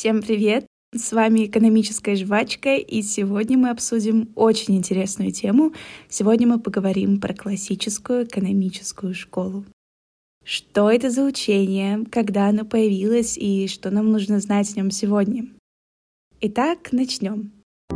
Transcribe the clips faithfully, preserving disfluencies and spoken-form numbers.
Всем привет! С вами «Экономическая жвачка», и сегодня мы обсудим очень интересную тему. Сегодня мы поговорим про классическую экономическую школу. Что это за учение, когда оно появилось и что нам нужно знать о нем сегодня? Итак, начнем.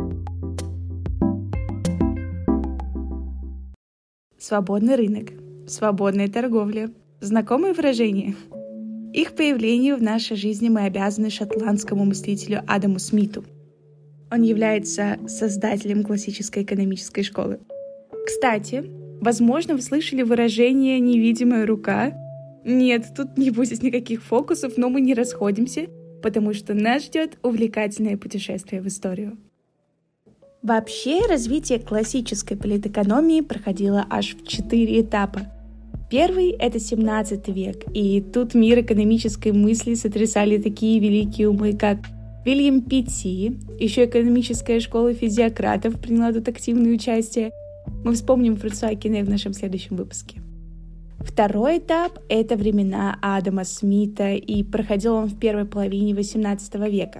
Свободный рынок, свободная торговля. Знакомые выражения? Их появлению в нашей жизни мы обязаны шотландскому мыслителю Адаму Смиту. Он является создателем классической экономической школы. Кстати, возможно, вы слышали выражение «невидимая рука». Нет, тут не будет никаких фокусов, но мы не расходимся, потому что нас ждет увлекательное путешествие в историю. Вообще, развитие классической политэкономии проходило аж в четыре этапа. Первый — это семнадцатый век, и тут мир экономической мысли сотрясали такие великие умы, как Вильям Питти, еще экономическая школа физиократов приняла тут активное участие. Мы вспомним Франсуа Кене в нашем следующем выпуске. Второй этап — это времена Адама Смита, и проходил он в первой половине восемнадцатого века.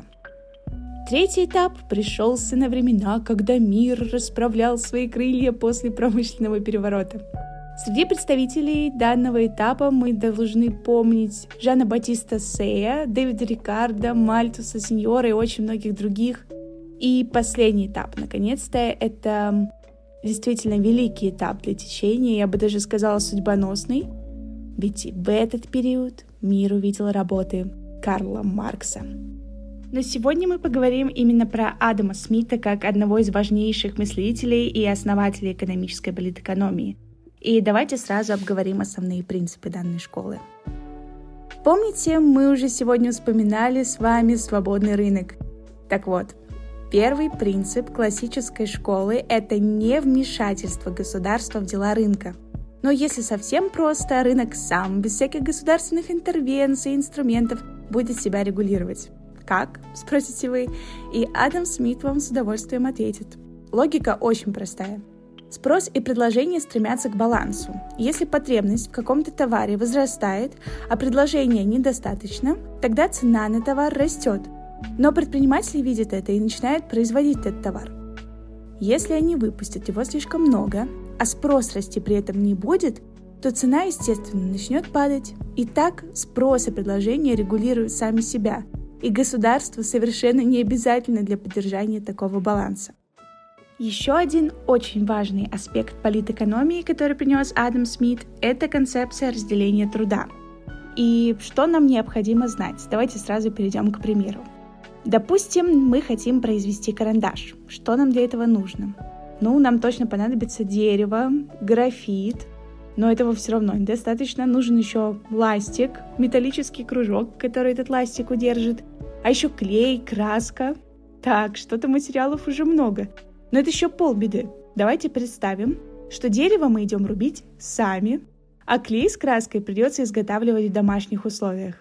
Третий этап пришелся на времена, когда мир расправлял свои крылья после промышленного переворота. Среди представителей данного этапа мы должны помнить Жана Батиста Сея, Дэвида Рикардо, Мальтуса Синьора и очень многих других. И последний этап, наконец-то, это действительно великий этап для течения, я бы даже сказала судьбоносный, ведь в этот период мир увидел работы Карла Маркса. Но сегодня мы поговорим именно про Адама Смита как одного из важнейших мыслителей и основателей экономической политэкономии. И давайте сразу обговорим основные принципы данной школы. Помните, мы уже сегодня вспоминали с вами свободный рынок. Так вот, первый принцип классической школы – это не вмешательство государства в дела рынка. Но если совсем просто, рынок сам, без всяких государственных интервенций и инструментов, будет себя регулировать. Как? Спросите вы. И Адам Смит вам с удовольствием ответит. Логика очень простая. Спрос и предложение стремятся к балансу. Если потребность в каком-то товаре возрастает, а предложения недостаточно, тогда цена на товар растет. Но предприниматели видят это и начинают производить этот товар. Если они выпустят его слишком много, а спрос расти при этом не будет, то цена, естественно, начнет падать. И так спрос и предложение регулируют сами себя, и государство совершенно не обязательно для поддержания такого баланса. Еще один очень важный аспект политэкономии, который принес Адам Смит, это концепция разделения труда. И что нам необходимо знать? Давайте сразу перейдем к примеру. Допустим, мы хотим произвести карандаш. Что нам для этого нужно? Ну, нам точно понадобится дерево, графит, но этого все равно недостаточно. Нужен еще ластик, металлический кружок, который этот ластик удержит, а еще клей, краска. Так, что-то материалов уже много. Но это еще полбеды. Давайте представим, что дерево мы идем рубить сами, а клей с краской придется изготавливать в домашних условиях.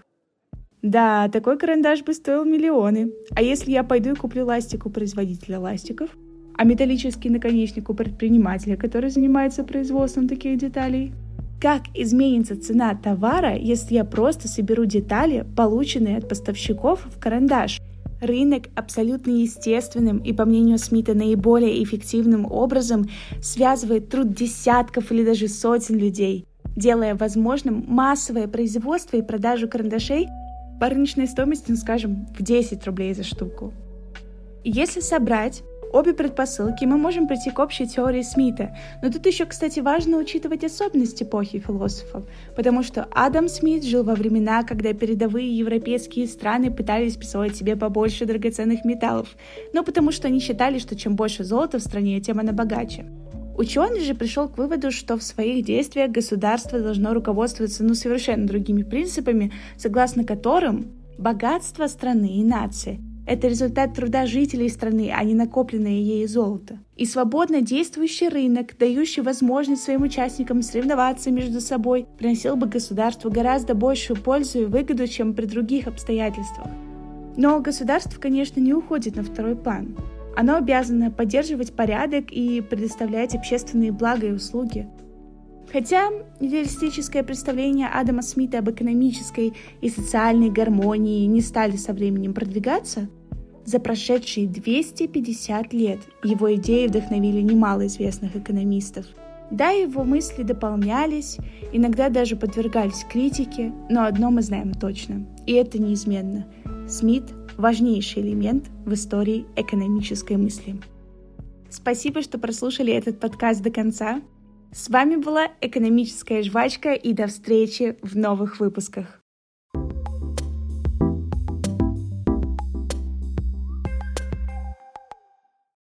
Да, такой карандаш бы стоил миллионы. А если я пойду и куплю ластик у производителя ластиков, а металлический наконечник у предпринимателя, который занимается производством таких деталей? Как изменится цена товара, если я просто соберу детали, полученные от поставщиков, в карандаш? Рынок абсолютно естественным и, по мнению Смита, наиболее эффективным образом связывает труд десятков или даже сотен людей, делая возможным массовое производство и продажу карандашей по рыночной стоимости, ну, скажем, в десять рублей за штуку. Если собрать обе предпосылки, мы можем прийти к общей теории Смита. Но тут еще, кстати, важно учитывать особенности эпохи философов, потому что Адам Смит жил во времена, когда передовые европейские страны пытались присвоить себе побольше драгоценных металлов, но потому что они считали, что чем больше золота в стране, тем оно богаче. Ученый же пришел к выводу, что в своих действиях государство должно руководствоваться ну, совершенно другими принципами, согласно которым богатство страны и нации – это результат труда жителей страны, а не накопленное ею золото. И свободно действующий рынок, дающий возможность своим участникам соревноваться между собой, приносил бы государству гораздо большую пользу и выгоду, чем при других обстоятельствах. Но государство, конечно, не уходит на второй план. Оно обязано поддерживать порядок и предоставлять общественные блага и услуги. Хотя идеалистическое представление Адама Смита об экономической и социальной гармонии не стали со временем продвигаться, за прошедшие двести пятьдесят лет его идеи вдохновили немало известных экономистов. Да, его мысли дополнялись, иногда даже подвергались критике, но одно мы знаем точно, и это неизменно. Смит – важнейший элемент в истории экономической мысли. Спасибо, что прослушали этот подкаст до конца. С вами была экономическая жвачка, и до встречи в новых выпусках.